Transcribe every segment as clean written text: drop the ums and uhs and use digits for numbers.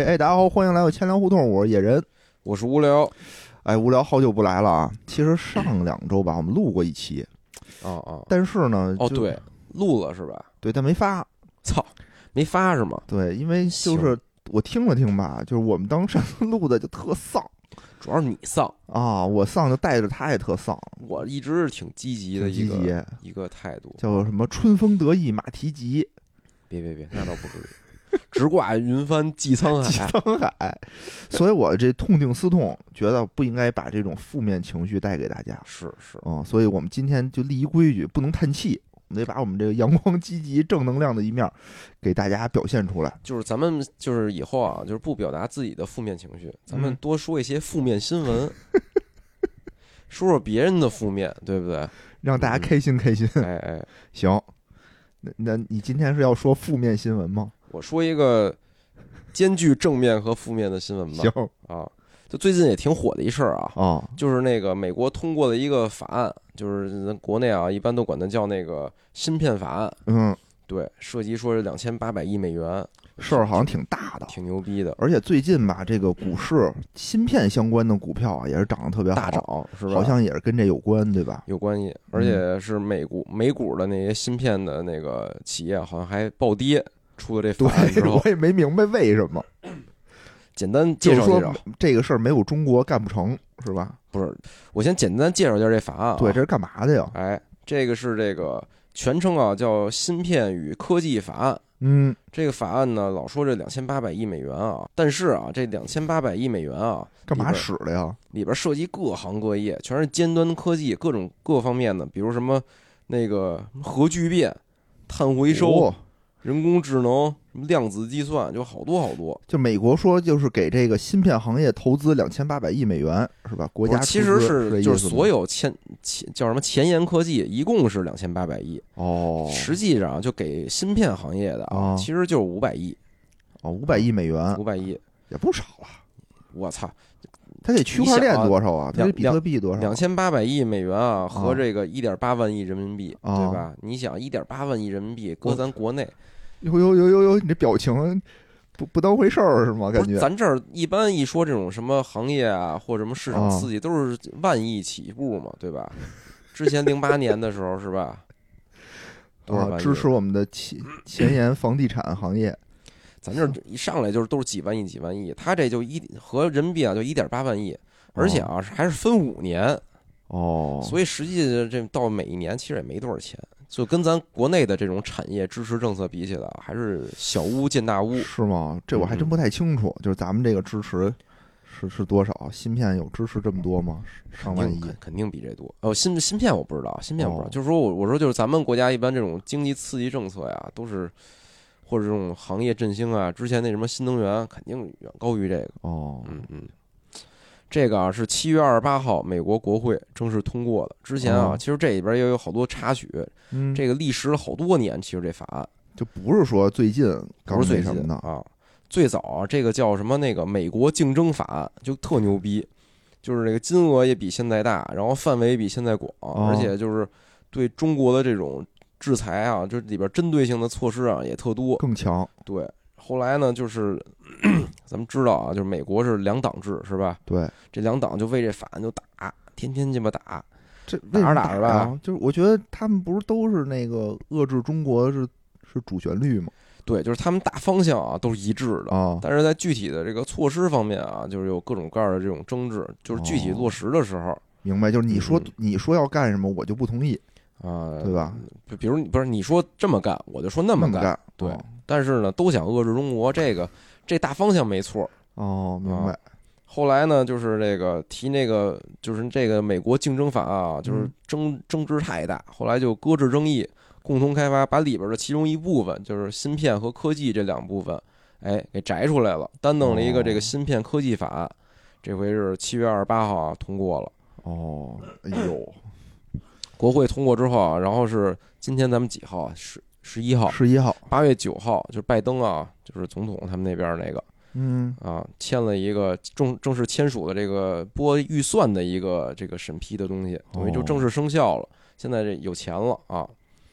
哎，大家好，欢迎来到钱粮胡同，我是野人， 我是无聊。 哎，无聊好久不来了啊。其实上2周吧，我们录过一期，但是呢， 对，录了是吧？ 对，但没发。 操，没发是吗？ 对，因为就是我听了听吧，就是我们当时录的就特丧， 主要是你丧啊，我丧就带着他也特丧。 我一直是挺积极的一个态度， 叫什么春风得意马蹄疾。 别，那倒不至于。直挂云帆济沧海， 所以我这痛定思痛，觉得不应该把这种负面情绪带给大家。 是， 所以我们今天就立一规矩，不能叹气，我们得把我们这个阳光积极、正能量的一面给大家表现出来。 就是咱们就是以后啊，就是不表达自己的负面情绪，咱们多说一些负面新闻，说说别人的负面，对不对？ 让大家开心开心。 哎， 行，那你今天是要说负面新闻吗？ 我说一个兼具正面和负面的新闻吧。 行啊，就最近也挺火的一事儿啊，就是那个美国通过了一个法案，就是咱国内啊一般都管它叫那个芯片法案。对，涉及说是2800亿美元， 事儿好像挺大的， 挺牛逼的。 而且最近吧，这个股市芯片相关的股票啊，也是涨得特别好， 大涨是吧？ 好像也是跟这有关，对吧？ 有关系，而且是美股的那些芯片的那个企业好像还暴跌。出了这法案之后， 我也没明白为什么。 简单介绍介绍， 这个事儿没有中国干不成，是吧？ 不是，我先简单介绍一下这法案。 对，这是干嘛的呀？ 哎，这个是这个全称啊，叫《芯片与科技法案》。这个法案呢，老说这2800亿美元啊，但是啊，这2800亿美元啊， 干嘛使的呀？里边涉及各行各业，全是尖端科技，各方面的，比如什么那个核聚变、碳回收。人工智能、量子计算，就好多。就美国说，就是给这个芯片行业投资2800亿美元，是吧？国家其实是就是所有叫什么前沿科技，一共是2800亿。实际上就给芯片行业的其实就是500亿。 500亿美元 ，500亿也不少了。 我操！ 它这区块链多少啊？它这比特币多少 ？2800亿美元啊，和这个1.8万亿人民币，对吧？你想1.8万亿人民币搁咱国内。 有，你这表情不当回事儿是吗？感觉咱这儿一般一说这种什么行业啊，或者什么市场刺激，都是万亿起步嘛，对吧？之前08年的时候是吧？多少万亿？ 支持我们的前沿房地产行业。 咱这一上来都是几万亿，他这就合人民币啊就1.8万亿，而且啊还是分5年。所以实际这到每一年其实也没多少钱。就跟咱国内的这种产业支持政策比起来，还是小巫见大巫， 是吗？这我还真不太清楚。就是咱们这个支持是多少？芯片有支持这么多吗？上万亿， 肯定比这多。芯片我不知道，就是说我说就是咱们国家一般这种经济刺激政策呀，都是或者这种行业振兴啊，之前那什么新能源肯定远高于这个。这个啊是7月28号美国国会正式通过的。之前啊，其实这里边也有好多插曲，这个历时了好多年。其实这法案就不是说最近不是最什么的啊，最早啊这个叫什么那个美国竞争法案就特牛逼，就是这个金额也比现在大，然后范围比现在广，而且就是对中国的这种制裁啊，就里边针对性的措施啊也特多， 更强。 对。后来呢，就是咱们知道啊，就是美国是2党制，是吧？ 对， 这2党就为这法案就打，天天鸡巴打， 这打着吧。 就是我觉得他们不是都是那个遏制中国是主旋律吗？ 对，就是他们大方向啊都是一致的但是在具体的这个措施方面啊，就是有各种各样的这种争执，就是具体落实的时候， 明白？就是你说要干什么，我就不同意对吧？ 比如不是你说这么干，我就说那么干，对。但是呢，都想遏制中国，这大方向没错。 明白。 后来呢，就是这个提那个，就是这个美国竞争法啊，就是争执太大，后来就搁置争议，共同开发，把里边的其中一部分，就是芯片和科技这2部分，给摘出来了，单弄了一个这个芯片科技法。这回是7月28号通过了。 哎呦， 国会通过之后啊，然后是今天咱们几号啊？11号，8月9号，就是拜登啊，就是总统他们那边那个，签了一个正式签署的这个拨预算的一个这个审批的东西，等于就正式生效了。现在这有钱了啊，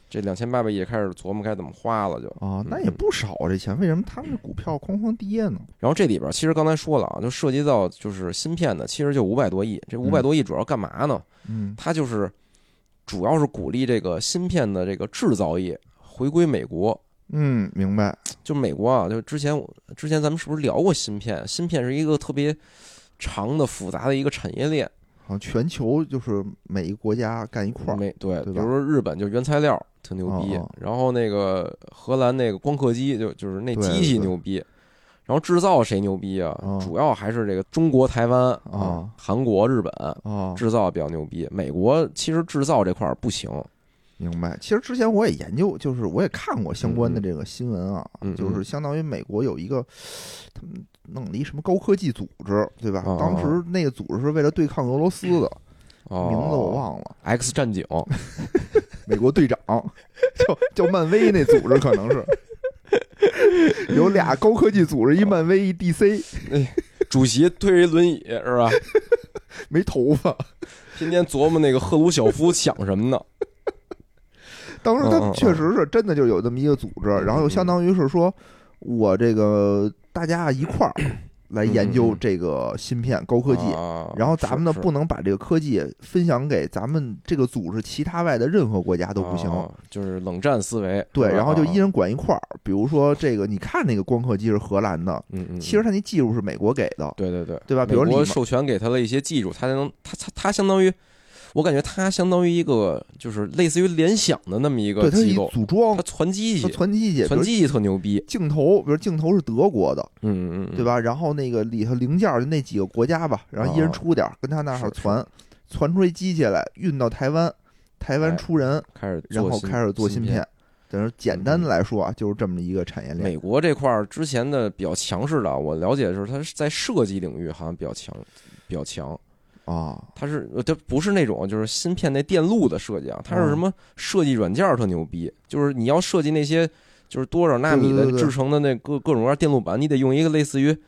这2800亿开始琢磨该怎么花了就啊，那也不少这钱，为什么他们这股票哐哐跌呢？ 然后这里边其实刚才说了啊，就涉及到就是芯片的，其实就500多亿。这500多亿主要干嘛呢？它就是主要是鼓励这个芯片的这个制造业回归美国。 明白。 就美国啊，就之前咱们是不是聊过芯片？芯片是一个特别长的复杂的一个产业链。 全球就是每一个国家干一块儿， 对， 比如说日本就原材料特牛逼，然后那个荷兰那个光刻机就是那机器牛逼，然后制造谁牛逼啊？主要还是这个中国台湾啊、韩国、日本制造比较牛逼，美国其实制造这块不行。 明白。其实之前我也研究，就是我也看过相关的这个新闻啊，就是相当于美国有一个他们弄了一什么高科技组织，对吧？当时那个组织是为了对抗俄罗斯的，名字我忘了。 X 战警， 美国队长叫漫威那组织可能是有俩高科技组织，一漫威一 DC。 主席推着一轮椅是吧？ 没头发， 天天琢磨那个赫鲁晓夫想什么呢？ 当时他确实是真的就有这么一个组织，然后相当于是说，我这个大家一块儿来研究这个芯片高科技，然后咱们呢不能把这个科技分享给咱们这个组织其他外的任何国家都不行， 就是冷战思维。 对，然后就一人管一块儿。比如说这个，你看那个光刻机是荷兰的，其实他那技术是美国给的，对吧？比如美国授权给他了一些技术，他相当于。我感觉它相当于一个，就是类似于联想的那么一个机构， 它组装， 它传机器， 传机器特牛逼。 镜头，比如镜头是德国的，对吧？然后那个里头零件就那几个国家吧，然后一人出点，跟他那儿传出一机器来，运到台湾，台湾出人，然后开始做芯片。等于简单的来说啊，就是这么一个产业链。 美国这块之前的比较强势的，我了解的是它是在设计领域好像比较强。它不是那种就是芯片那电路的设计啊，它是什么设计软件特牛逼，就是你要设计那些就是多少纳米的制成的那各种各样电路板，你得用一个类似于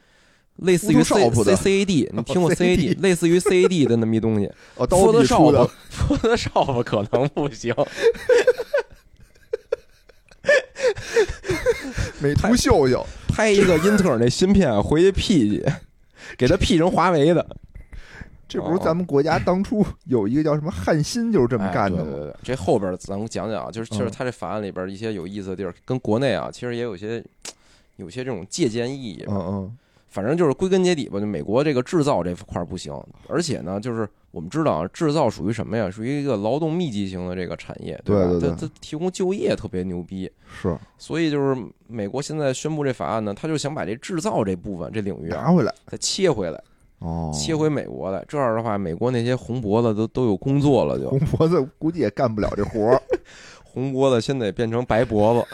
CAD， 你听过 CAD， 类似于 CAD 的那么一东西。Photoshop 可能不行。 美图秀秀拍一个英特尔那芯片回去 P 去，给它 P 成华为的。 这不是咱们国家当初有一个叫什么汉芯，就是这么干的吗？ 对，这后边咱们讲讲啊，就是他这法案里边一些有意思的地儿，跟国内啊其实也有些这种借鉴意义。反正就是归根结底吧，就美国这个制造这块不行，而且呢，就是我们知道啊，制造属于什么呀？属于一个劳动密集型的这个产业，对吧？它提供就业特别牛逼， 是。 所以就是美国现在宣布这法案呢，他就想把这制造这部分这领域拿回来， 再切回来。切回美国来，这样的话，美国那些红脖子都有工作了，就红脖子估计也干不了这活儿， 红脖子现在也变成白脖子，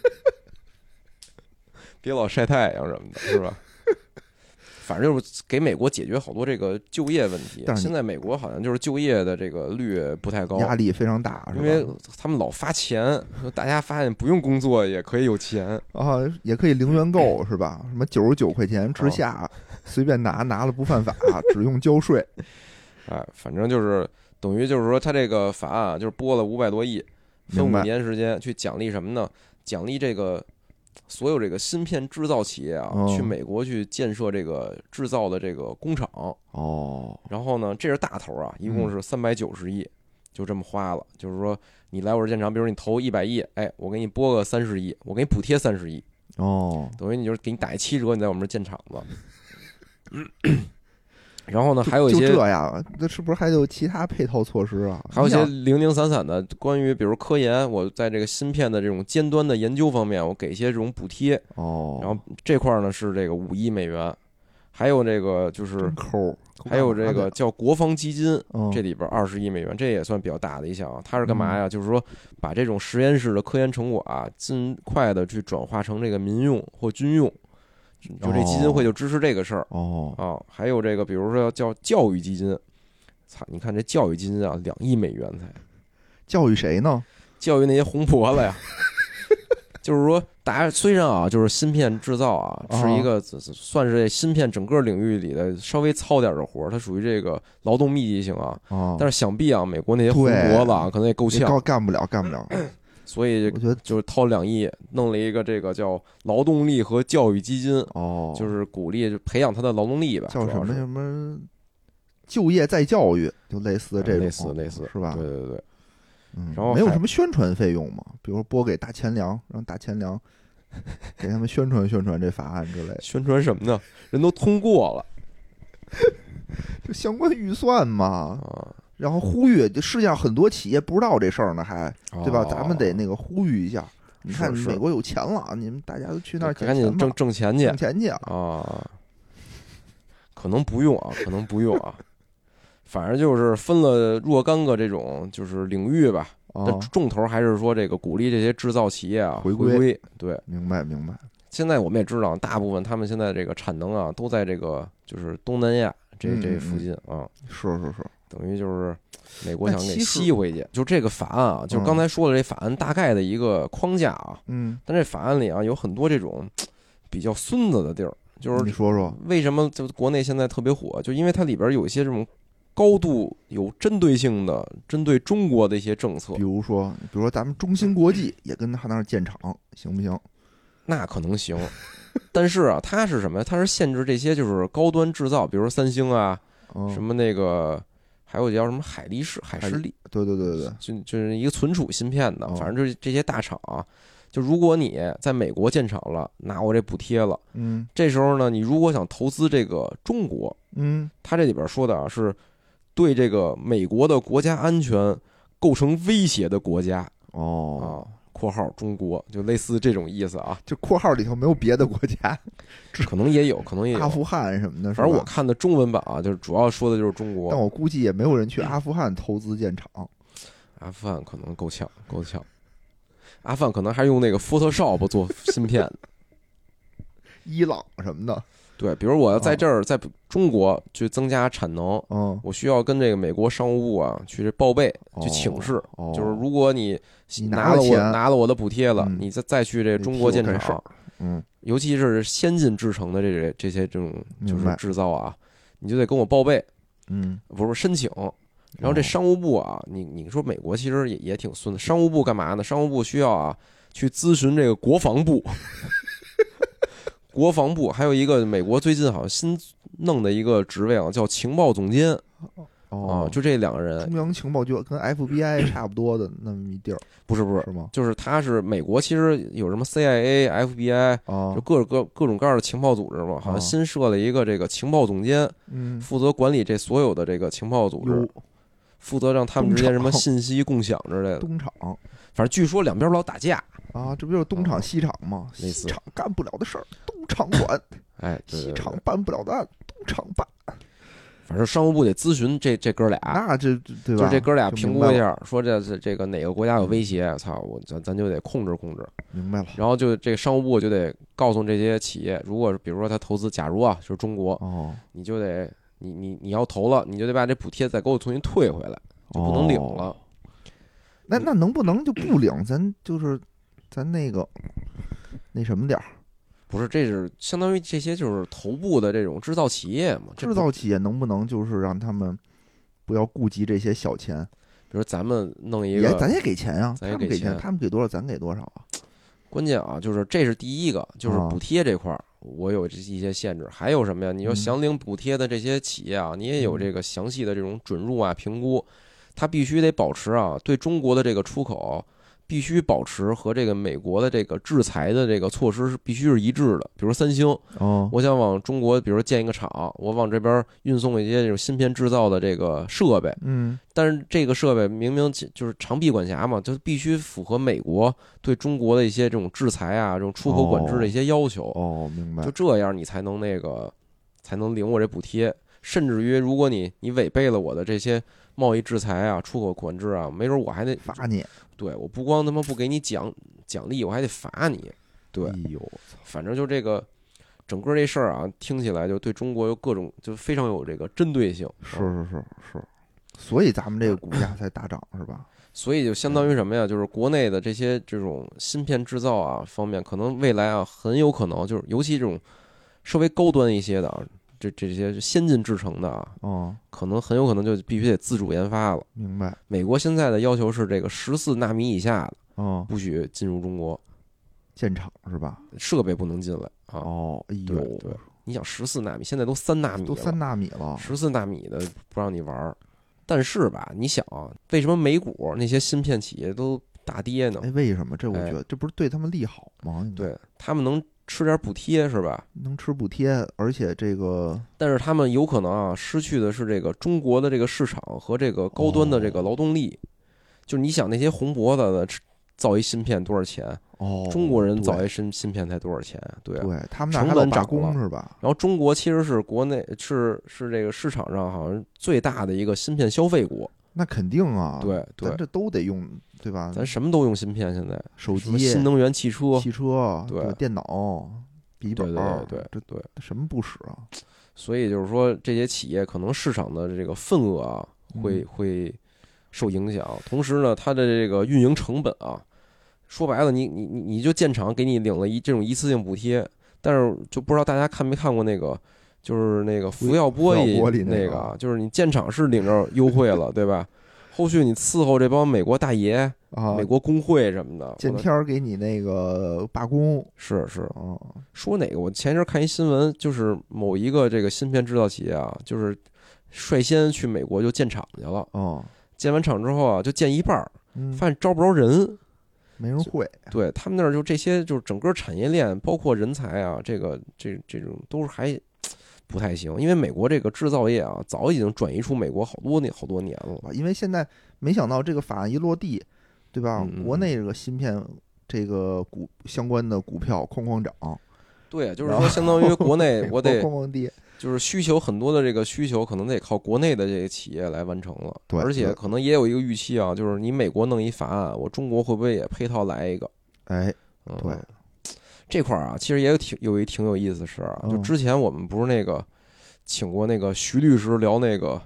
别老晒太阳什么的，是吧？反正就是给美国解决好多这个就业问题。现在美国好像就是就业的这个率不太高， 压力非常大， 因为他们老发钱，大家发现不用工作也可以有钱啊，也可以零元购是吧？什么99块钱之下。随便拿了不犯法，只用交税。 反正就是等于就是说，他这个法案就是拨了500多亿，分5年时间去奖励什么呢？奖励这个所有这个芯片制造企业啊，去美国去建设这个制造的这个工厂。然后呢，这是大头啊，一共是390亿，就这么花了。就是说，你来我这建厂，比如你投100亿，我给你拨个30亿，我给你补贴30亿。等于你就是给你打一7折，你在我们这建厂子。然后呢，还有一些就这样，那是不是还有其他配套措施啊？ 还有一些零零散散的关于，比如科研，我在这个芯片的这种尖端的研究方面，我给一些这种补贴。然后这块呢是这个5亿美元，还有这个就是还有这个叫国防基金，这里边20亿美元，这也算比较大的一项啊。它是干嘛呀？就是说把这种实验室的科研成果啊，尽快的去转化成这个民用或军用。就这基金会就支持这个事儿还有这个，比如说叫教育基金，你看这教育基金啊，2亿美元才教育谁呢？ 教育那些红脖子呀。就是说，大家虽然啊，就是芯片制造啊，是一个算是芯片整个领域里的稍微糙点的活儿，它属于这个劳动密集型啊。但是想必啊，美国那些红脖子啊，可能也够呛， 干不了。 所以我觉得就是掏2亿，弄了一个这个叫劳动力和教育基金，就是鼓励培养他的劳动力吧， 叫什么什么就业再教育，就类似这种， 类似是吧？ 对对对。 然后没有什么宣传费用嘛，比如拨给大钱粮，让大钱粮给他们宣传宣传这法案之类的。 宣传什么呢？人都通过了， 就相关预算嘛。然后呼吁，世界上很多企业不知道这事儿呢，还对吧？咱们得那个呼吁一下。你看美国有钱了，你们大家都去那儿赶紧挣钱去， 挣钱去啊！可能不用啊，反正就是分了若干个这种就是领域吧。但重头还是说这个鼓励这些制造企业啊回归。 对， 明白。 现在我们也知道，大部分他们现在这个产能啊，都在这个就是东南亚这附近啊。 是。 等于就是美国想给吸回去。就这个法案啊，就是刚才说的这法案大概的一个框架啊。但这法案里啊有很多这种比较孙子的地儿。就是你说说为什么就国内现在特别火？就因为它里边有一些这种高度有针对性的针对中国的一些政策。 比如说咱们中芯国际也跟他那儿建厂，行不行？ 那可能行，但是啊，它是什么呀？它是限制这些就是高端制造，比如说三星啊，什么那个，还有叫什么海士力， 对， 就是一个存储芯片的，反正就是这些大厂啊。就如果你在美国建厂了，拿我这补贴了，这时候呢，你如果想投资这个中国，它这里边说的啊，是对这个美国的国家安全构成威胁的国家括号中国，就类似这种意思啊。 就括号里头没有别的国家， 可能也有， 阿富汗什么的。 反正我看的中文版啊，就是主要说的就是中国。 但我估计也没有人去阿富汗投资建厂。 阿富汗可能够呛。阿富汗可能还用那个 Photoshop 做芯片。 伊朗什么的。 对，比如我要在这儿，在中国去增加产能，我需要跟这个美国商务部啊去报备，去请示，就是如果你拿了我的补贴了，你再去这中国建厂，尤其是先进制成的这些这种就是制造啊，你就得跟我报备，不是申请。然后这商务部啊，你说美国其实也挺孙子，商务部干嘛呢？商务部需要啊去咨询这个国防部。国防部还有一个美国最近好像新弄的一个职位啊，叫情报总监。就这2个人。 中央情报局跟 FBI 差不多的那么一地儿。 不是吗？ 就是他是美国，其实有什么 CIA、FBI，就各种各样的情报组织嘛，好像新设了一个这个情报总监，负责管理这所有的这个情报组织，负责让他们之间什么信息共享之类的。 东厂， 反正据说两边老打架。 这不就是东厂西厂吗？西厂干不了的事儿，东厂管；西厂办不了的案，东厂办。 反正商务部得咨询这哥俩， 那这对吧？ 就这哥俩评估一下，说这个哪个国家有威胁，操，咱就得控制。 明白了。 然后就这个商务部就得告诉这些企业，如果比如说他投资，假如啊就是中国，你就得你要投了，你就得把这补贴再给我重新退回来，就不能领了。 那能不能就不领？咱那什么点儿？ 不是，这是相当于这些就是头部的这种制造企业嘛。 制造企业能不能就是让他们不要顾及这些小钱？ 比如咱们弄一个， 咱也给钱啊， 咱也给钱， 他们给多少咱给多少啊。 关键啊，就是这是第一个，就是补贴这块儿，我有一些限制。还有什么呀？你要想领补贴的这些企业啊，你也有这个详细的这种准入啊评估，它必须得保持啊对中国的这个出口。必须保持和这个美国的这个制裁的这个措施是必须是一致的。比如三星，我想往中国，比如建一个厂，我往这边运送一些这种芯片制造的这个设备，但是这个设备明明就是长臂管辖嘛，就必须符合美国对中国的一些这种制裁啊、这种出口管制的一些要求。 明白。 就这样你才能领我这补贴。甚至于，如果你违背了我的这些贸易制裁啊、出口管制啊，没准我还得罚你。 对，我不光他妈不给你奖励，我还得罚你。对，反正就这个整个这事儿啊，听起来就对中国有各种就非常有这个针对性。 是，所以咱们这个股价才大涨，是吧？ 所以就相当于什么呀？就是国内的这些这种芯片制造啊方面，可能未来啊很有可能就是尤其这种稍微高端一些的啊。这些先进制成的啊，可能很有可能就必须得自主研发了。 明白。 美国现在的要求是这个14纳米以下的， 不许进入中国， 建厂是吧？ 设备不能进来啊。 哦，哎呦， 对，你想14纳米，现在都3纳米了， 都3纳米了 ，14纳米的不让你玩。但是吧，你想为什么美股那些芯片企业都大跌呢？ 哎，为什么？这我觉得这不是对他们利好吗？ 对，他们能吃点补贴是吧？ 能吃补贴，而且这个， 但是他们有可能失去的是这个中国的这个市场和这个高端的这个劳动力。就是你想那些红脖子的造一芯片多少钱？中国人造一芯片才多少钱？对， 他们那还老罢工是吧？ 然后中国其实是国内是这个市场上好像最大的一个芯片消费国。 那肯定啊， 对， 咱这都得用，对吧？ 咱什么都用芯片，现在手机、 新能源汽车、 对，电脑、笔记本， 对， 什么不使啊？ 所以就是说，这些企业可能市场的这个份额会受影响，同时呢，它的这个运营成本说白了，你就建厂给你领了这种一次性补贴，但是就不知道大家看没看过那个，就是那个福耀玻璃那个，就是你建厂是领着优惠了，对吧？后续你伺候这帮美国大爷美国工会什么的， 见天给你那个罢工， 是说哪个？我前一阵看一新闻，就是某一个这个芯片制造企业就是率先去美国就建厂去了，建完厂之后就建一半，发现招不着人。 没人会， 对他们那儿就这些，就是整个产业链，包括人才这种都是还不太行，因为美国这个制造业早已经转移出美国好多年了。 因为现在没想到这个法案一落地，对吧？国内这个芯片这个相关的股票哐涨。 对，就是说相当于国内我得哐跌。 就是需求很多的这个需求，可能得靠国内的这个企业来完成了。 对， 而且可能也有一个预期就是你美国弄一法案，我中国会不会也配套来一个？ 对， 这块其实也挺有意思的事就之前我们不是那个请过那个徐律师聊那个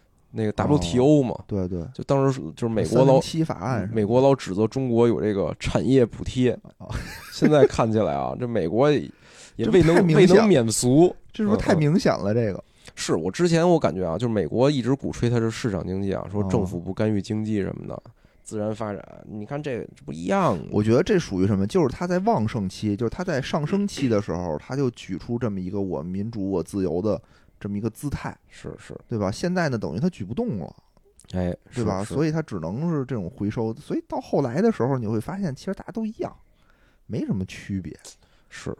WTO 嘛？ 对， 就当时就是美国老指责中国有这个产业补贴，现在看起来这美国也未能免俗。 这是不是太明显了？这个是我之前我感觉就是美国一直鼓吹它是市场经济说政府不干预经济什么的，自然发展。你看这不一样吗？ 我觉得这属于什么？就是它在旺盛期，就是它在上升期的时候，它就举出这么一个我民主我自由的这么一个姿态， 是， 对吧？现在呢，等于它举不动了，对吧？所以它只能是这种回收。所以到后来的时候，你会发现其实大家都一样，没什么区别。 是，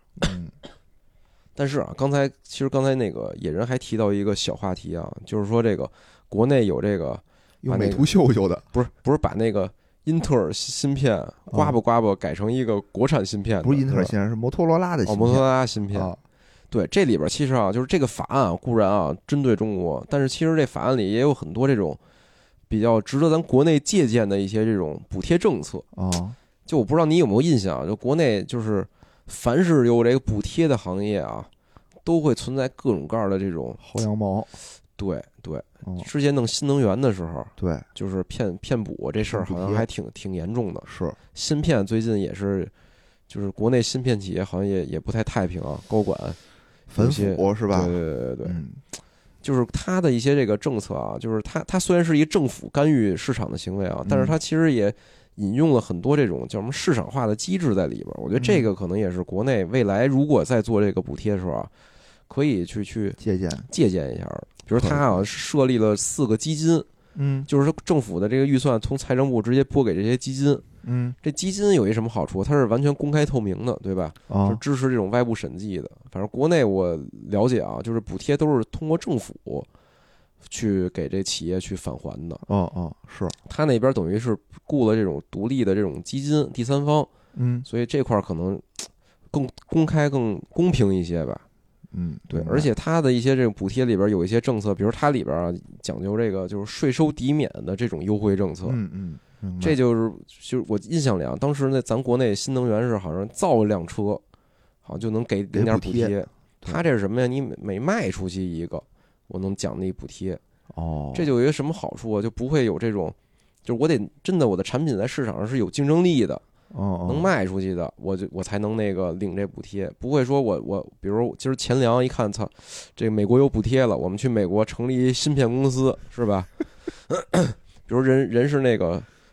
但是刚才那个野人还提到一个小话题就是说这个国内有这个用美图秀秀的， 不是把那个英特尔芯片刮吧改成一个国产芯片， 不是英特尔芯片，是摩托罗拉的芯片。 摩托罗拉芯片。对，这里边其实就是这个法案固然针对中国，但是其实这法案里也有很多这种比较值得咱国内借鉴的一些这种补贴政策就我不知道你有没有印象，就国内就是凡是有这个补贴的行业都会存在各种各样的这种薅羊毛。 对，之前弄新能源的时候， 对， 就是骗补这事儿好像还挺严重的。 是， 芯片最近也是，就是国内芯片企业好像也不太太平高管反腐是吧？ 对，就是他的一些这个政策就是他虽然是一个政府干预市场的行为但是他其实也引用了很多这种叫什么市场化的机制在里边。我觉得这个可能也是国内未来如果在做这个补贴的时候可以去借鉴一下。比如他设立了4个基金，就是政府的这个预算从财政部直接拨给这些基金，这基金有一什么好处？它是完全公开透明的，对吧？就支持这种外部审计的。反正国内我了解就是补贴都是通过政府去给这企业去返还的。 是他那边等于是雇了这种独立的这种基金第三方，所以这块可能更公开、更公平一些吧。对，而且它的一些这个补贴里边有一些政策，比如它里边讲究这个就是税收抵免的这种优惠政策。这就是我印象里当时咱国内新能源是好像造一辆车，好像就能给领点补贴。它这是什么呀？你每卖出去一个，我能奖励补贴。这就有一个什么好处就不会有这种，就是我得真的我的产品在市场上是有竞争力的。能卖出去的，我才能那个领这补贴，不会说我比如今儿钱粮一看，操，这个美国有补贴了，我们去美国成立芯片公司是吧？比如人是那个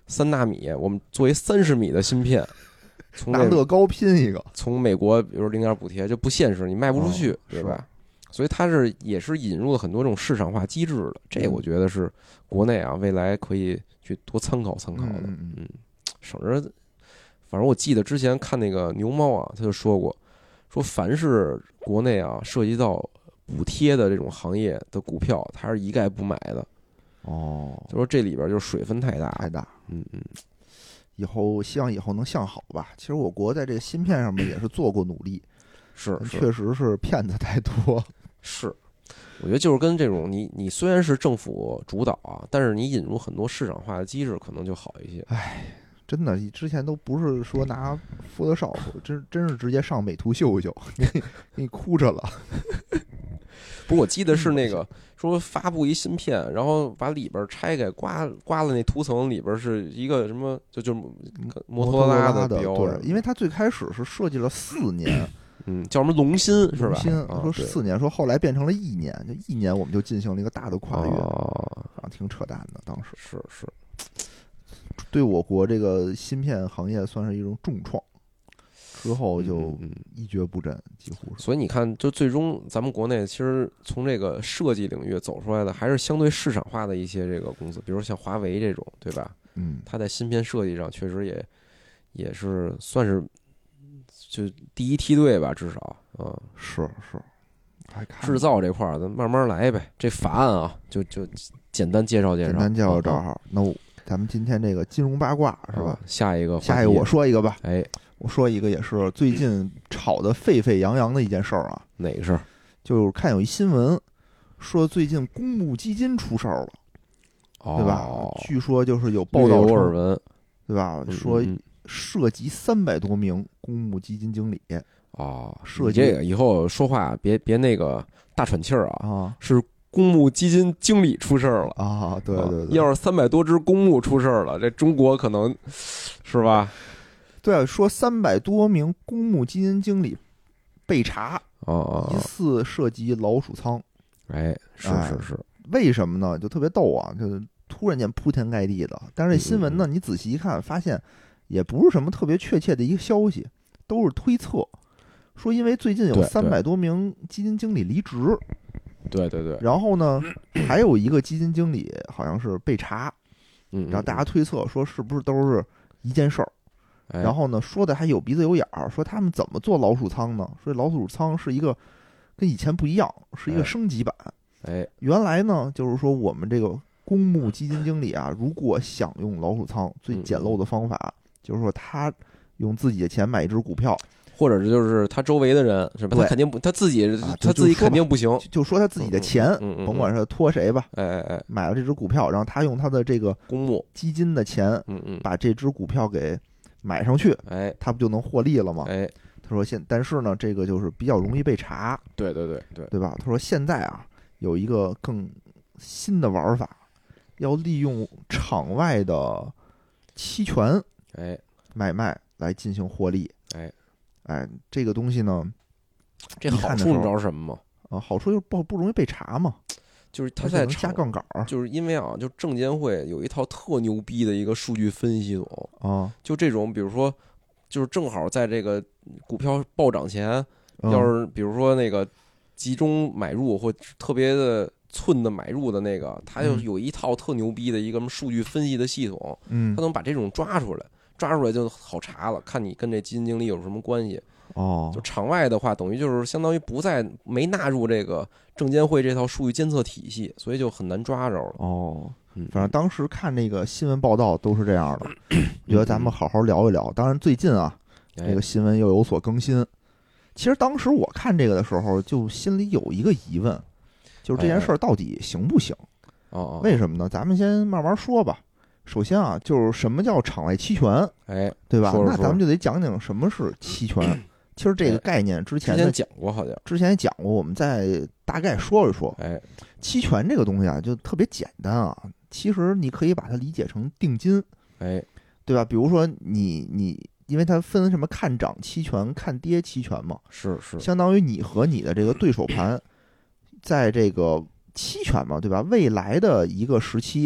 3纳米，我们作为30米的芯片， 拿乐高拼一个， 从美国比如零点补贴就不现实，你卖不出去，对吧？所以它也是引入了很多这种市场化机制的，这我觉得是国内啊未来可以去多参考参考的，省着。反正我记得之前看那个牛猫啊，他就说过，说凡是国内啊涉及到补贴的这种行业的股票，他是一概不买的。就说这里边就是水分太大。 以后希望以后能向好吧。其实我国在这个芯片上面也是做过努力，确实是骗子太多。 是，我觉得就是跟这种你虽然是政府主导啊，但是你引入很多市场化的机制，可能就好一些。 真的，之前都不是说拿Photoshop，真是直接上美图秀秀，给你哭着了。 不过我记得是那个说发布一芯片，然后把里边拆开，刮了那涂层，里边是一个什么，就是摩托罗拉的标。 对，因为它最开始是设计了4年。 叫什么龙芯是吧？ 说4年，说后来变成了1年，就1年我们就进行了一个大的跨越，挺扯淡的。当时是， 对我国这个芯片行业算是一种重创，之后就一蹶不振，几乎是。 所以你看，就最终咱们国内其实从这个设计领域走出来的，还是相对市场化的一些这个公司，比如像华为这种，对吧？它在芯片设计上确实也是算是。就第一梯队吧，至少， 是， 制造这块儿咱慢慢来呗。这法案啊，就简单介绍。 这儿。那咱们今天这个金融八卦是吧？ 下一个我说一个吧。 我说一个也是最近炒得沸沸扬扬的一件事儿啊。 哪个事儿？ 就是看有一新闻说最近公募基金出事儿了，对吧？据说就是有报道有耳闻， 对吧？说。涉及300多名公募基金经理涉及这个以后说话别那个大喘气儿是公募基金经理出事儿了对， 要是300多只公募出事儿了，这中国可能是吧？ 对，说300多名公募基金经理被查疑似涉及老鼠仓。 是， 为什么呢？就特别逗啊，就突然间铺天盖地的。但是这新闻呢，你仔细一看，发现。也不是什么特别确切的一个消息，都是推测，说因为最近有300多名基金经理离职， 对， 然后呢，还有一个基金经理好像是被查，然后大家推测说是不是都是一件事儿，然后呢说的还有鼻子有眼儿，说他们怎么做老鼠仓呢？说老鼠仓是一个跟以前不一样，是一个升级版，原来呢就是说我们这个公募基金经理啊，如果想用老鼠仓，最简陋的方法。就是说，他用自己的钱买一只股票， 或者就是他周围的人，是吧？他肯定不，他自己肯定不行。 就说他自己的钱，甭管是托谁吧，买了这只股票，然后他用他的这个公募基金的钱，把这只股票给买上去，他不就能获利了吗？他说但是呢，这个就是比较容易被查， 对吧？他说现在啊，有一个更新的玩法，要利用场外的期权。买卖来进行获利，这个东西呢， 这好处你知道什么吗？好处就是不容易被查嘛， 就是他在加杠杆， 就是因为就证监会有一套特牛逼的一个数据分析系统就这种，比如说，就是正好在这个股票暴涨前，要是比如说那个集中买入或特别的。寸的买入的那个，他就有一套特牛逼的一个什么数据分析的系统，他能把这种抓出来就好查了，看你跟这基金经理有什么关系。就场外的话，等于就是相当于没纳入这个证监会这套数据监测体系，所以就很难抓着了。 反正当时看那个新闻报道都是这样的，觉得咱们好好聊一聊。当然最近啊，这个新闻又有所更新。其实当时我看这个的时候，就心里有一个疑问。就是这件事儿到底行不行？为什么呢？咱们先慢慢说吧。首先啊，就是什么叫场外期权？对吧？那咱们就得讲讲什么是期权。其实这个概念之前讲过，好像之前也讲过，我们再大概说一说。期权这个东西啊，就特别简单啊。其实你可以把它理解成定金，对吧？比如说你，因为它分什么看涨期权、看跌期权嘛， 是， 相当于你和你的这个对手盘。在这个期权嘛，对吧？未来的一个时期，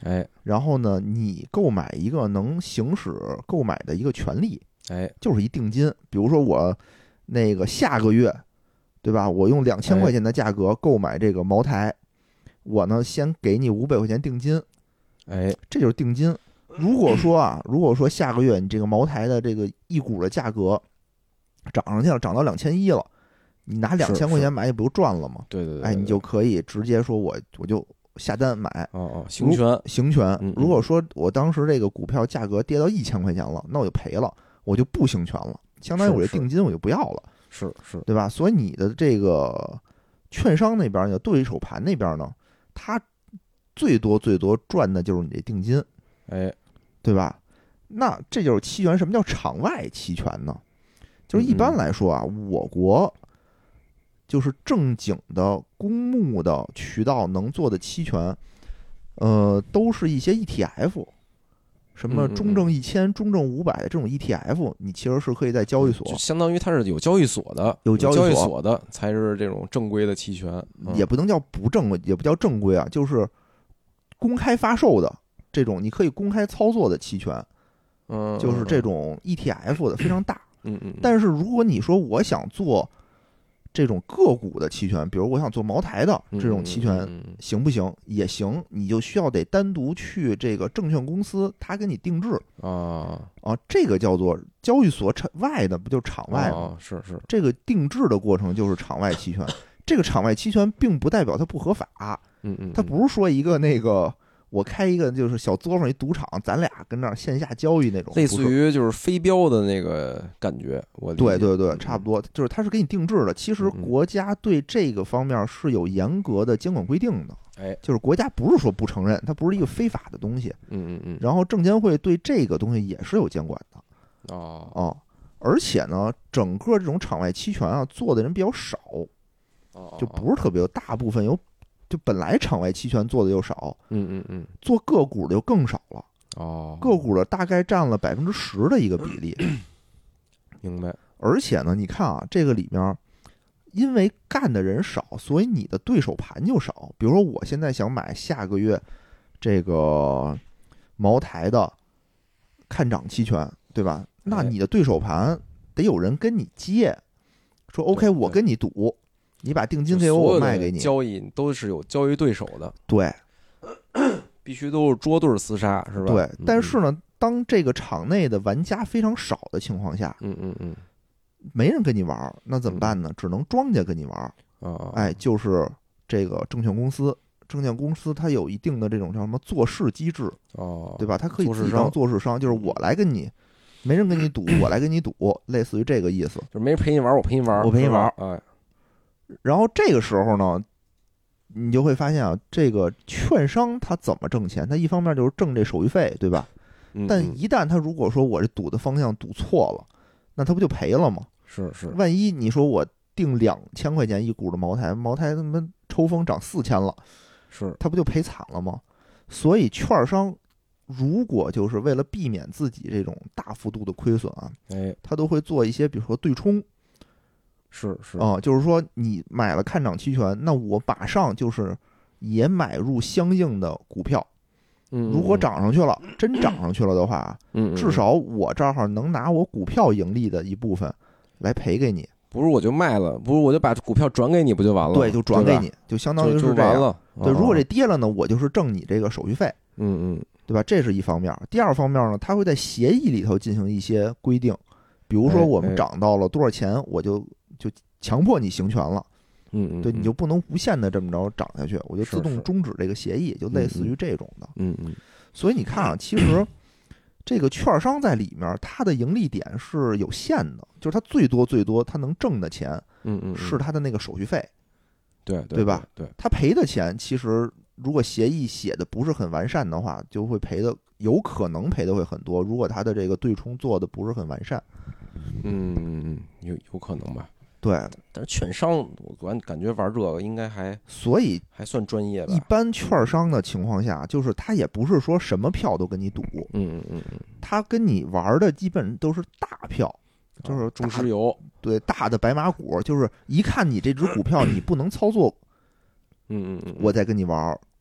哎， 然后呢，你购买一个能行使购买的一个权利， 哎， 就是一定金。比如说我那个下个月，对吧？我用2000块钱的价格购买这个茅台，我呢先给你500块钱定金， 哎， 这就是定金。如果说下个月你这个茅台的这个一股的价格涨上去了，涨到2100了，你拿2000块钱买，你不就赚了吗？ 对对对， 哎，你就可以直接说我就下单买， 行权。 如果说我当时这个股票价格跌到1000块钱了，那我就赔了，我就不行权了，相当于我这定金我就不要了， 是， 对吧？所以你的这个券商那边，你的对手盘那边呢，它最多赚的就是你这定金， 哎， 对吧？那这就是期权。什么叫场外期权呢？就是一般来说啊，我国就是正经的公募的渠道能做的期权，都是一些 ETF， 什么中证1000、中证500的这种 ETF， 你其实是可以在交易所， 就相当于它是有交易所的， 有交易所的才是这种正规的期权， 也不能叫不正规，也不叫正规啊，就是公开发售的这种，你可以公开操作的期权，就是这种 ETF 的非常大。但是如果你说我想做这种个股的期权，比如我想做茅台的这种期权，行不行？也行，你就需要得单独去这个证券公司，他给你定制这个叫做交易所外的，不就场外吗？ 是， 这个定制的过程就是场外期权。这个场外期权并不代表它不合法，它不是说一个那个。我开一个就是小作坊一赌场，咱俩跟那儿线下交易那种， 类似于就是飞镖的那个感觉。 对，差不多，就是它是给你定制的。其实国家对这个方面是有严格的监管规定的，就是国家不是说不承认，它不是一个非法的东西。然后证监会对这个东西也是有监管的。而且呢，整个这种场外期权啊，做的人比较少，就不是特别有，大部分就本来场外期权做的又少，做个股的就更少了，个股的大概占了10%的一个比例， 明白。 而且呢，你看啊，这个里面因为干的人少，所以你的对手盘就少。比如说，我现在想买下个月这个茅台的看涨期权，对吧？那你的对手盘得有人跟你接，说 OK， 我跟你赌。你把定金给我，我卖给你。 交易都是有交易对手的， 对， 必须都是捉对厮杀，是吧？ 对，但是呢，当这个场内的玩家非常少的情况下，没人跟你玩，那怎么办呢？只能庄家跟你玩。就是这个证券公司它有一定的这种叫什么做市机制，对吧？它可以自己当做市商，就是我来跟你，没人跟你赌，我来跟你赌，类似于这个意思。 就是没人陪你玩，我陪你玩。 然后这个时候呢，你就会发现啊，这个券商他怎么挣钱？他一方面就是挣这手续费，对吧？但一旦他如果说我这赌的方向赌错了，那他不就赔了吗？ 是。 万一你说我定2000块钱一股的茅台他妈抽风涨4000了，他不就赔惨了吗？所以券商如果就是为了避免自己这种大幅度的亏损啊，他都会做一些，比如说对冲。就是说你买了看涨期权，那我马上就是也买入相应的股票。如果涨上去了，真涨上去了的话，至少我这儿能拿我股票盈利的一部分来赔给你。 不是我就卖了，不是我就把股票转给你，不就完了？ 对，就转给你，就相当于是这样。 完了。 对，如果这跌了呢，我就是挣你这个手续费。对吧？这是一方面。第二方面呢，它会在协议里头进行一些规定，比如说我们涨到了多少钱，我就强迫你行权了，对，你就不能无限的这么着涨下去，我就自动终止这个协议，就类似于这种的。所以你看啊，其实这个券商在里面，它的盈利点是有限的，就是它最多它能挣的钱，是它的那个手续费，对吧？ 对， 它赔的钱，其实如果协议写的不是很完善的话，就会有可能赔的会很多。如果它的这个对冲做的不是很完善， 有可能吧。 对， 但是券商我感觉玩这个应该还算专业吧。 一般券商的情况下，就是他也不是说什么票都跟你赌，他跟你玩的基本都是大票，就是中石油， 对，大的白马股，就是一看你这只股票你不能操作，我再跟你玩，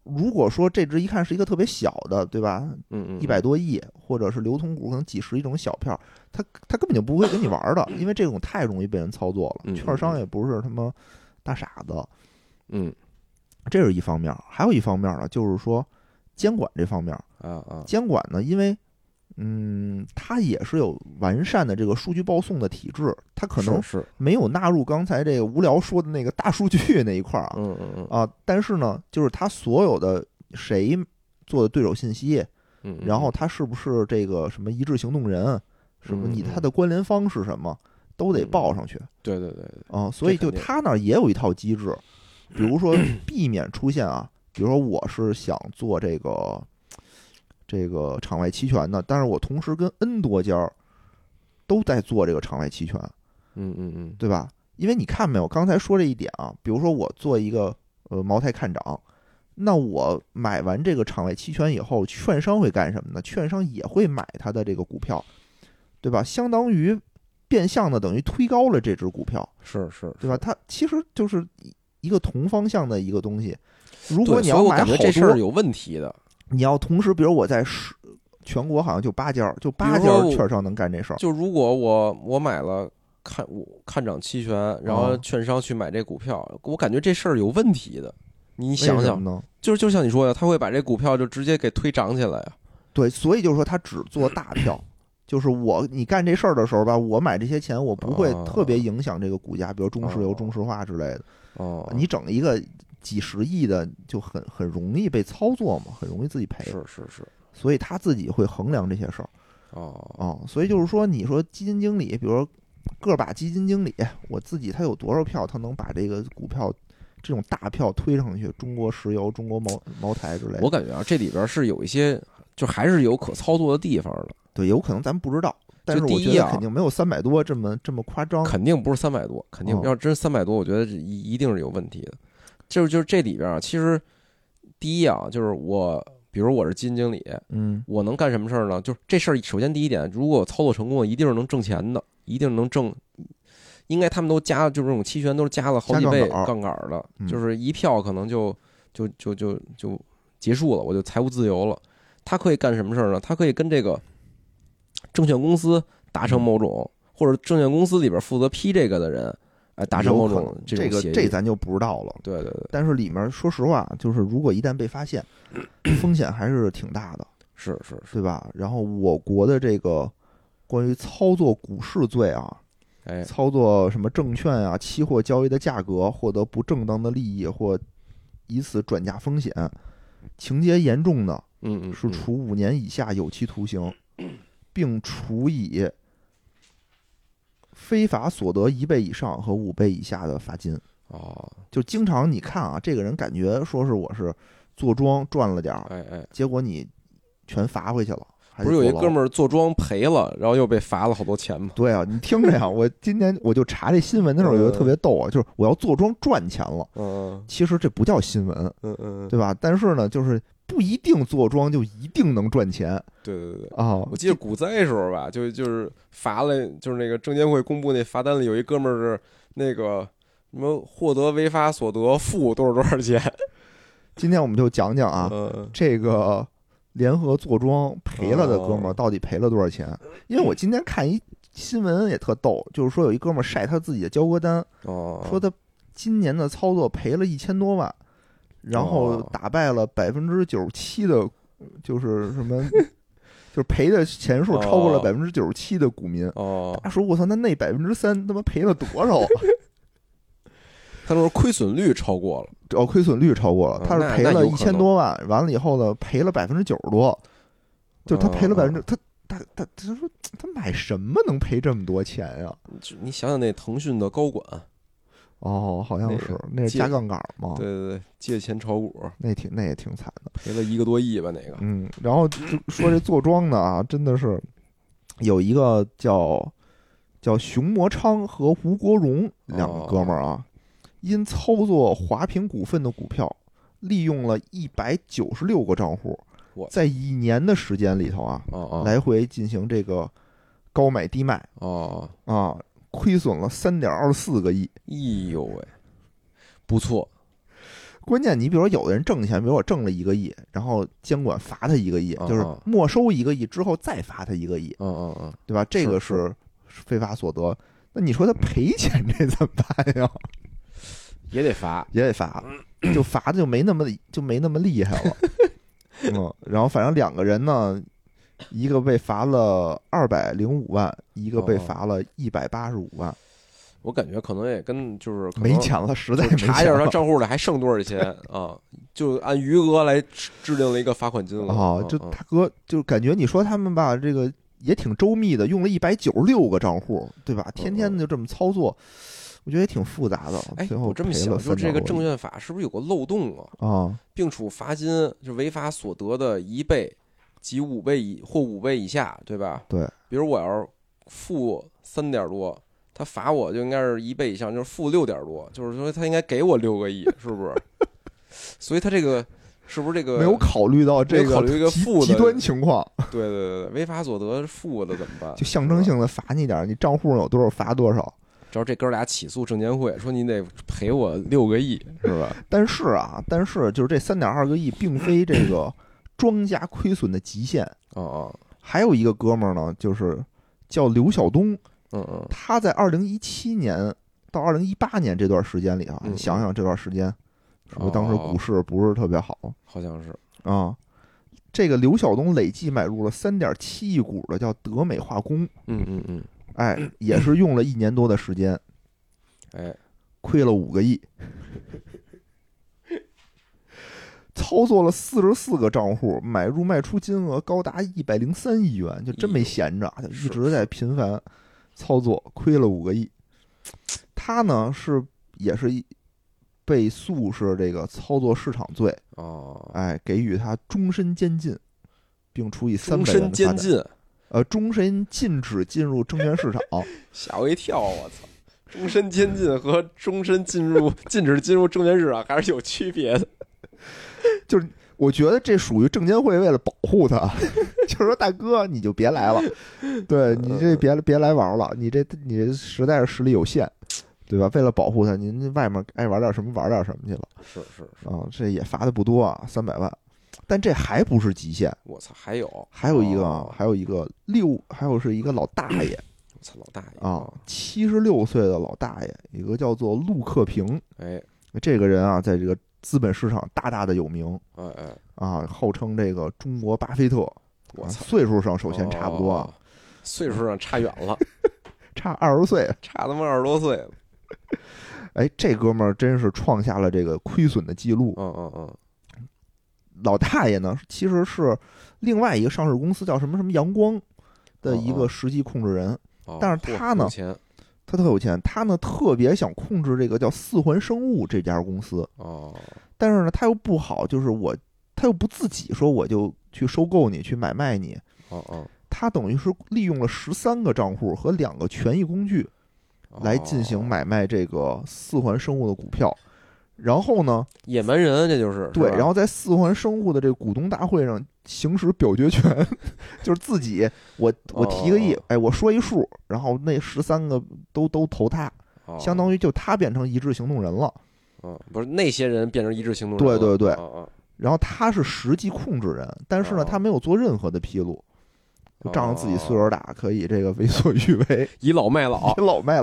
如果说这只一看是一个特别小的，对吧？100多亿，或者是流通股可能几十亿这种小票，他根本就不会跟你玩的，因为这种太容易被人操作了。券商也不是他妈大傻子，这是一方面。还有一方面呢，就是说监管这方面监管呢，因为它也是有完善的这个数据报送的体制，它可能没有纳入刚才这个无聊说的那个大数据那一块但是呢，就是它所有的谁做的对手信息，然后它是不是这个什么一致行动人，什么它的关联方是什么，都得报上去。 对所以就它那儿也有一套机制，比如说避免出现比如说我是想做这个场外期权的，但是我同时跟 N 多家都在做这个场外期权，对吧？因为你看没有，刚才说这一点比如说我做一个茅台看涨，那我买完这个场外期权以后，券商会干什么呢？券商也会买它的这个股票，对吧？相当于变相的等于推高了这只股票， 是， 对吧？它其实就是一个同方向的一个东西。如果你要买好多， 这事儿有问题的。 你要同时，比如我在全国好像就8家，就8家券商能干这事儿。 就如果我买了看涨期权，然后券商去买这股票，我感觉这事儿有问题的。你想想呢， 就像你说的，他会把这股票就直接给推涨起来呀。 对，所以就是说他只做大票，就是你干这事儿的时候吧，我买这些钱，我不会特别影响这个股价，比如中石油、中石化之类的。你整一个几十亿的就很容易被操作嘛，很容易自己赔。 是， 所以他自己会衡量这些事儿。所以就是说，你说基金经理，比如说个把基金经理，我自己他有多少票，他能把这个股票这种大票推上去？中国石油、中国茅台之类的。 我感觉这里边是有一些，就还是有可操作的地方的。 对，有可能咱们不知道。但是我觉得肯定没有300多这么夸张， 肯定不是300多，肯定要真300多，我觉得一定是有问题的。就是这里边其实第一就是比如我是基金经理，我能干什么事儿呢？就是这事儿，首先第一点，如果操作成功，一定是能挣钱的，一定能挣。应该他们都加，就是这种期权都是加了好几倍杠杆的，就是一票可能就结束了，我就财务自由了。他可以干什么事儿呢？他可以跟这个证券公司达成某种，或者证券公司里边负责批这个的人，达成某种这种协议。 这咱就不知道了。 对。 但是里面说实话，就是如果一旦被发现，风险还是挺大的。 是， 对吧？然后我国的这个关于操作股市罪操作什么证券期货交易的价格，获得不正当的利益或以此转嫁风险，情节严重的，是处5年以下有期徒刑，并处以非法所得1倍以上和5倍以下的罚金。就经常你看这个人感觉说是我是坐庄赚了点结果你全罚回去了。 不是有一哥们儿坐庄赔了，然后又被罚了好多钱吗？ 对你听着我今天我就查这新闻的时候，我觉得特别逗就是我要坐庄赚钱了。其实这不叫新闻，对吧？但是呢，就是不一定坐庄就一定能赚钱。 对我记得股灾时候吧，就是罚了，就是那个证监会公布那罚单里有一哥们儿是那个什么获得违法所得负多少钱。 今天我们就讲讲这个联合坐庄赔了的哥们儿到底赔了多少钱？因为我今天看一新闻也特逗，就是说有一哥们儿晒他自己的交割单，说他今年的操作赔了1000多万，然后打败了97%的，就是什么，就是赔的钱数超过了97%的股民。他说我操，那3%他妈赔了多少？ 他说亏损率超过了， 亏损率超过了，他是赔了1000多万，完了以后呢，赔了90%多，就他赔了他说他买什么能赔这么多钱呀？ 你想想那腾讯的高管， 好像是那是加杠杆嘛？ 对，借钱炒股， 那也挺惨的， 赔了1个多亿吧那个。 然后就说这坐庄的真的是有一个叫熊魔昌和吴国荣2个哥们儿因操作华平股份的股票，利用了196个账户，在1年的时间里头来回进行这个高买低卖亏损了3.24个亿。 哎呦喂，不错。 关键你比如说有的人挣钱，比如我挣了1个亿，然后监管罚他1个亿，就是没收1个亿之后再罚他1个亿，对吧？这个是非法所得。那你说他赔钱这怎么办呀？ 也得罚， 就罚的就没那么厉害了。然后反正2个人呢，一个被罚了205万，一个被罚了185万。 我感觉可能也跟就是没钱了，实在没钱了。 查一下他账户里还剩多少钱啊？就按余额来制定了一个罚款金额啊。就大哥，就感觉你说他们吧，这个也挺周密的，用了196个账户，对吧？天天的就这么操作，我觉得也挺复杂的。 哎， 最后我这么想，就这个证券法是不是有个漏洞啊？并处罚金就违法所得的1倍及5倍或5倍以下，对吧？ 对。 比如我要是负3点多。他罚我就应该是1倍以上，就是负6点多，就是说他应该给我6个亿，是不是？所以他这个是不是这个没有考虑到这个极端情况？ 对，违法所得是负的怎么办？ 就象征性的罚你点，你账户上有多少罚多少。 知道这哥俩起诉证监会，说你得赔我6个亿，是吧？ 但是就是这3.2个亿并非这个庄家亏损的极限还有一个哥们儿呢，就是叫刘晓东。他在2017年到2018年这段时间里你想想这段时间，是不是当时股市不是特别好？ 好像是这个刘晓东累计买入了3.7亿股的叫德美化工，也是用了1年多的时间，亏了5个亿，操作了44个账户，买入卖出金额高达103亿元，就真没闲着，就一直在频繁操作，亏了5个亿。他呢也是被诉是这个操作市场罪给予他终身监禁，并处以300万的罚款。终身监禁？终身禁止进入证券市场。 吓我一跳！我操！终身监禁和终身禁止进入证券市场还是有区别的。 就是我觉得这属于证监会为了保护他，就是说大哥你就别来了，对你这别来玩了，你这实在是实力有限，对吧？为了保护他，您外面爱玩点什么玩点什么去了。 是这也罚的不多300万，但这还不是极限。 我操，还有是一个老大爷。 我操，老大爷 76岁的老大爷，一个叫做陆克平。这个人在这个资本市场大的有名，号称这个中国巴菲特。 我操， 岁数上首先差不多岁数上差远了， 差20岁， 差他妈20多岁了。 这哥们儿真是创下了这个亏损的记录。老大爷呢，其实是另外一个上市公司叫什么阳光的一个实际控制人，但是他呢，他特有钱，他呢特别想控制这个叫4环生物这家公司但是呢他又不好，就是他又不自己说我就去收购你，去买卖你他等于是利用了13个账户和2个权益工具来进行买卖这个4环生物的股票。然后呢， 野蛮人，这就是对。然后在4环生物的这个股东大会上行使表决权，就是自己我提个亿，我说一数，然后那13个都投他，相当于就他变成一致行动人了。 不是那些人变成一致行动人了。 对。然后他是实际控制人，但是呢，他没有做任何的披露，就仗着自己岁数大，可以这个为所欲为， 倚老卖老。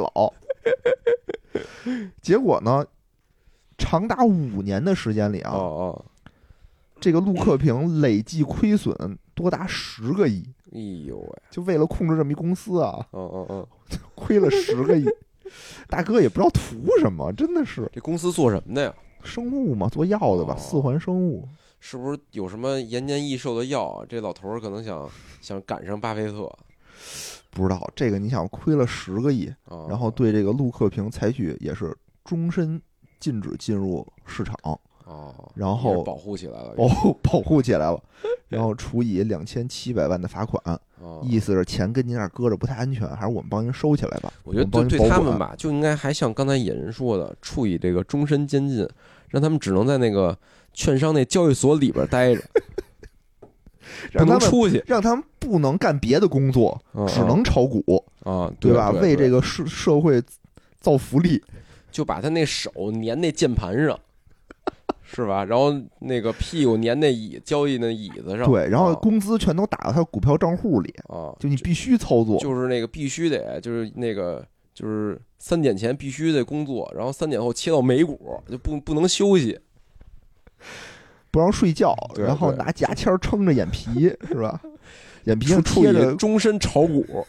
结果呢？长达5年的时间里这个陆克平累计亏损多达10个亿。 哎呦喂！ 就为了控制这么一公司亏了10个亿。大哥也不知道图什么，真的是。 这公司做什么的呀？ 生物嘛，做药的吧，4环生物。 是不是有什么延年益寿的药？这老头可能想赶上巴菲特。 不知道这个，你想亏了10个亿，然后对这个陆克平采取也是终身禁止进入市场然后保护起来了， 保护起来了，然后处以2700万的罚款意思是钱跟您那儿搁着不太安全，还是我们帮您收起来吧。 我觉得对他们吧，就应该还像刚才野人说的，处以这个终身监禁，让他们只能在那个券商那交易所里边待着，不能出去， 让他们不能干别的工作，只能炒股对吧？为这个社会造福利。 就把他那手粘那键盘上， 是吧？然后那个屁股粘那交易那椅子上， 对，然后工资全都打到他股票账户里啊， 就你必须操作， 就是那个必须得，就是那个就是3点前必须得工作，然后3点后切到美股，就不能休息， 不让睡觉， 对然后拿牙签撑着眼皮，是吧？眼皮上贴着终身炒股。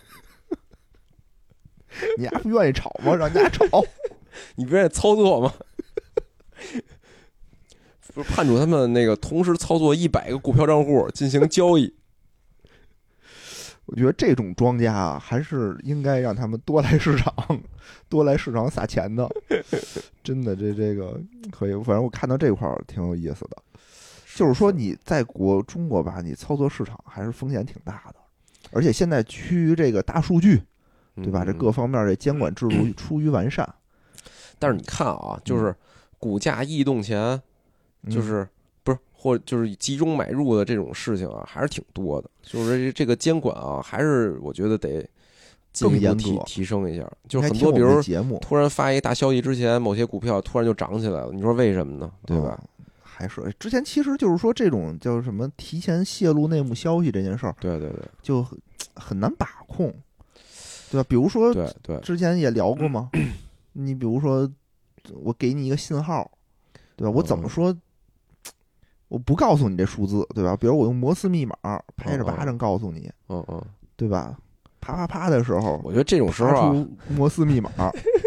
你丫不愿意炒吗？让你丫炒， 你不愿意操作吗？不是判处他们那个同时操作100个股票账户进行交易。 我觉得这种庄家啊，还是应该让他们多来市场，多来市场撒钱的。真的，这个可以。反正我看到这块儿挺有意思的，就是说你在中国吧，你操作市场还是风险挺大的，而且现在趋于这个大数据，对吧？这各方面这监管制度出于完善。 但是你看啊，就是股价异动前。就是不是或者就是集中买入的这种事情啊，还是挺多的。就是这个监管啊，还是我觉得得进一步提升一下。就是很多，比如突然发一大消息之前，某些股票突然就涨起来了，你说为什么呢？对吧？ 还是之前其实就是说这种叫什么提前泄露内幕消息这件事儿， 对， 就很难把控，对吧？比如说， 对， 之前也聊过嘛。你比如说，我给你一个信号，对吧？我怎么说？我不告诉你这数字，对吧？比如我用摩斯密码拍着巴掌告诉你，对吧？啪啪啪的时候， 我觉得这种时候啊， 摩斯密码，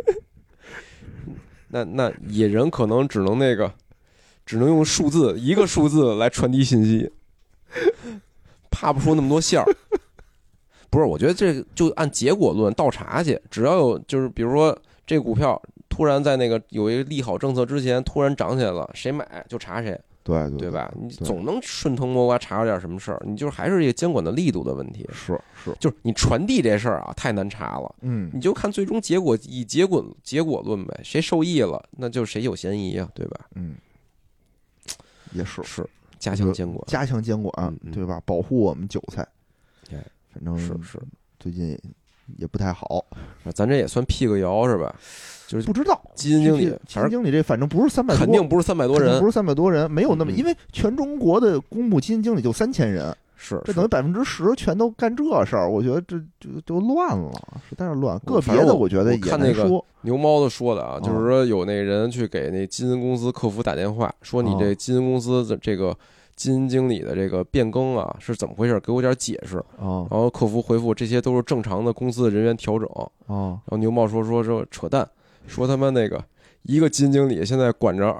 那野人可能只能用数字一个数字来传递信息，怕不出那么多线儿。不是，我觉得这就按结果论倒查去，只要有就是比如说这股票突然在那个有一个利好政策之前突然涨起来了，谁买就查谁。对吧？你总能顺藤摸瓜查出点什么事儿，你就是还是这个监管的力度的问题。 是， 就是你传递这事儿啊，太难查了。你就看最终结果，以结果论呗，谁受益了，那就谁有嫌疑啊，对吧？ 也是加强监管，对吧？保护我们韭菜。反正是最近也不太好， 咱这也算辟个谣是吧？就是不知道基金经理这反正不是300多， 肯定不是300多人， 不是300多人，没有那么，因为全中国的公募基金经理就3000人，这等于10%全都干这事儿，我觉得这就乱了，实在是乱。个别的我觉得也看那个说牛猫的说的啊，就是说有那人去给那基金公司客服打电话，说你这基金公司的这个基金经理的这个变更啊是怎么回事，给我点解释。然后客服回复这些都是正常的公司的人员调整。然后牛猫说扯淡。说他们那个一个基金经理现在管着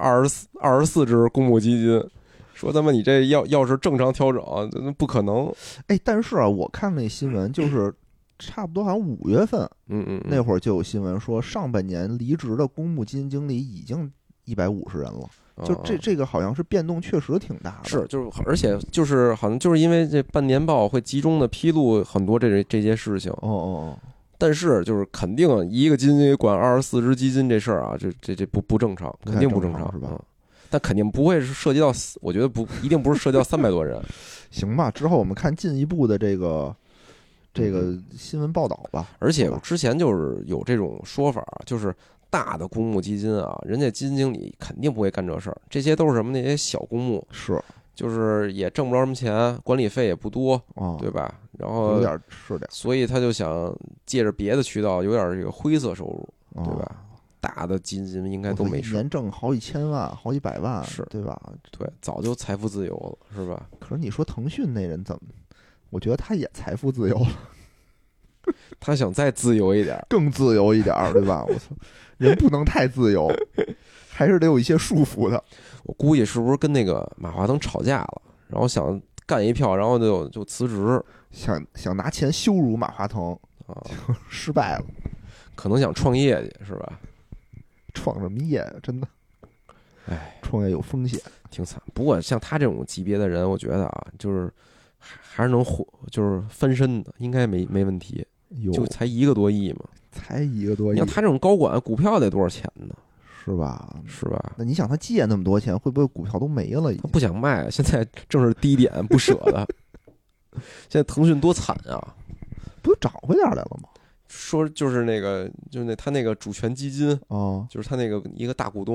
24只公募基金，说他们你这要是正常调整，那不可能。 但是啊，我看那新闻就是差不多好像5月份，那会儿就有新闻说上半年离职的公募基金经理已经150人了。就这个好像是变动确实挺大的， 是就是而且就是好像就是因为这半年报会集中的披露很多这些事情。但是就是肯定一个基金经理管24只基金这事儿啊，这不正常，肯定不正常， 是吧？ 但肯定不会是涉及到，我觉得一定不是涉及到300多人。 行吧，之后我们看进一步的这个新闻报道吧。 而且之前就是有这种说法，就是大的公募基金啊，人家基金经理肯定不会干这事儿，这些都是什么那些小公募就是也挣不着什么钱，管理费也不多，对吧？然后有点是的， 所以他就想借着别的渠道有点这个灰色收入，对吧？大的基金应该都没事， 年挣好几千万、好几百万， 是对吧？ 对，早就财富自由了，是吧？ 可是你说腾讯那人怎么？我觉得他也财富自由了， 他想再自由一点， 更自由一点，对吧？我操，人不能太自由，还是得有一些束缚的。 我估计是不是跟那个马化腾吵架了，然后想干一票，然后就辞职， 想拿钱羞辱马化腾就失败了， 可能想创业去，是吧？ 创什么业呀？真的，创业有风险， 挺惨。不过像他这种级别的人，我觉得啊，就是还是能就是翻身的，应该没问题。就才1个多亿嘛， 才1个多亿。 你看他这种高管，股票得多少钱呢？ 是吧？那你想他借那么多钱，会不会股票都没了？ 他不想卖，现在正是低点，不舍得。现在腾讯多惨啊！ 不就涨回点来了吗？ 说就是那个，就是他那个主权基金就是他那个一个大股东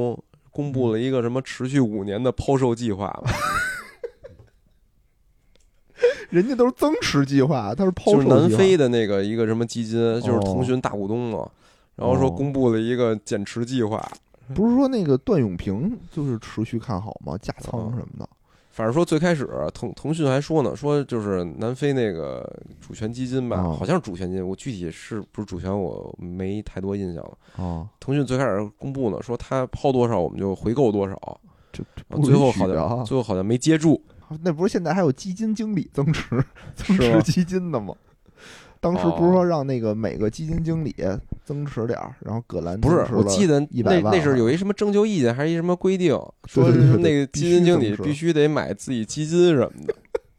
公布了一个什么持续5年的抛售计划吧。 人家都是增持计划，他是抛售计划。 就是南非的那个一个什么基金，就是腾讯大股东嘛，然后说公布了一个减持计划。 不是说那个段永平就是持续看好吗？加仓什么的。 反正说最开始腾讯还说呢，说就是南非那个主权基金吧，好像是主权基金，我具体是不是主权我没太多印象了。腾讯最开始公布呢，说他抛多少我们就回购多少，最后好像没接住。 那不是现在还有基金经理增持基金的吗？当时不是说让那个每个基金经理增持点儿，然后葛兰不是，我记得那是有一什么征求意见还是一什么规定，说那个基金经理必须得买自己基金什么的，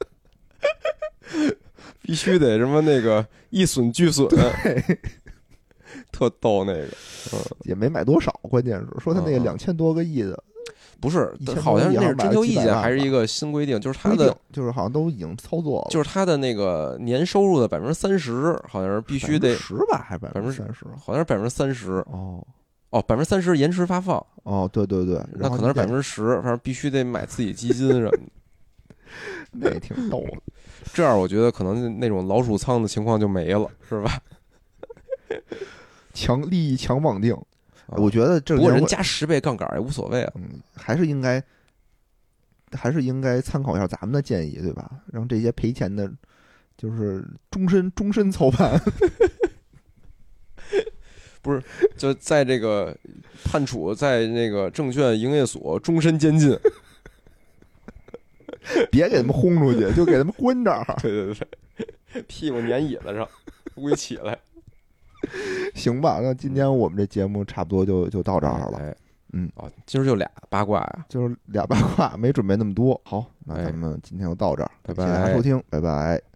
必须得什么那个一损俱损，特逗那个， 也没买多少，关键是说他那个2000多个亿的。 不是，好像那是征求意见还是一个新规定，就是他的就是好像都已经操作了， 就是他的那个年收入的30%，好像是必须得 10%吧，还30%， 好像是30%。30%延迟发放。 对， 那可能是10%，反正必须得买自己基金什么的。 那也挺逗的。 这样我觉得可能那种老鼠仓的情况就没了，是吧？ 利益强绑定。我觉得这不过人加10倍杠杆也无所谓啊， 还是应该参考一下咱们的建议，对吧？让这些赔钱的，就是终身操盘， 不是就在这个判处在那个证券营业所终身监禁， 别给他们轰出去，就给他们关这儿。 对，屁股粘椅子上，不会起来。 行吧，那今天我们这节目差不多就到这儿了。 今儿就俩八卦呀， 就是俩八卦，没准备那么多。好，那咱们今天就到这儿， 拜拜， 谢谢大家收听，拜拜。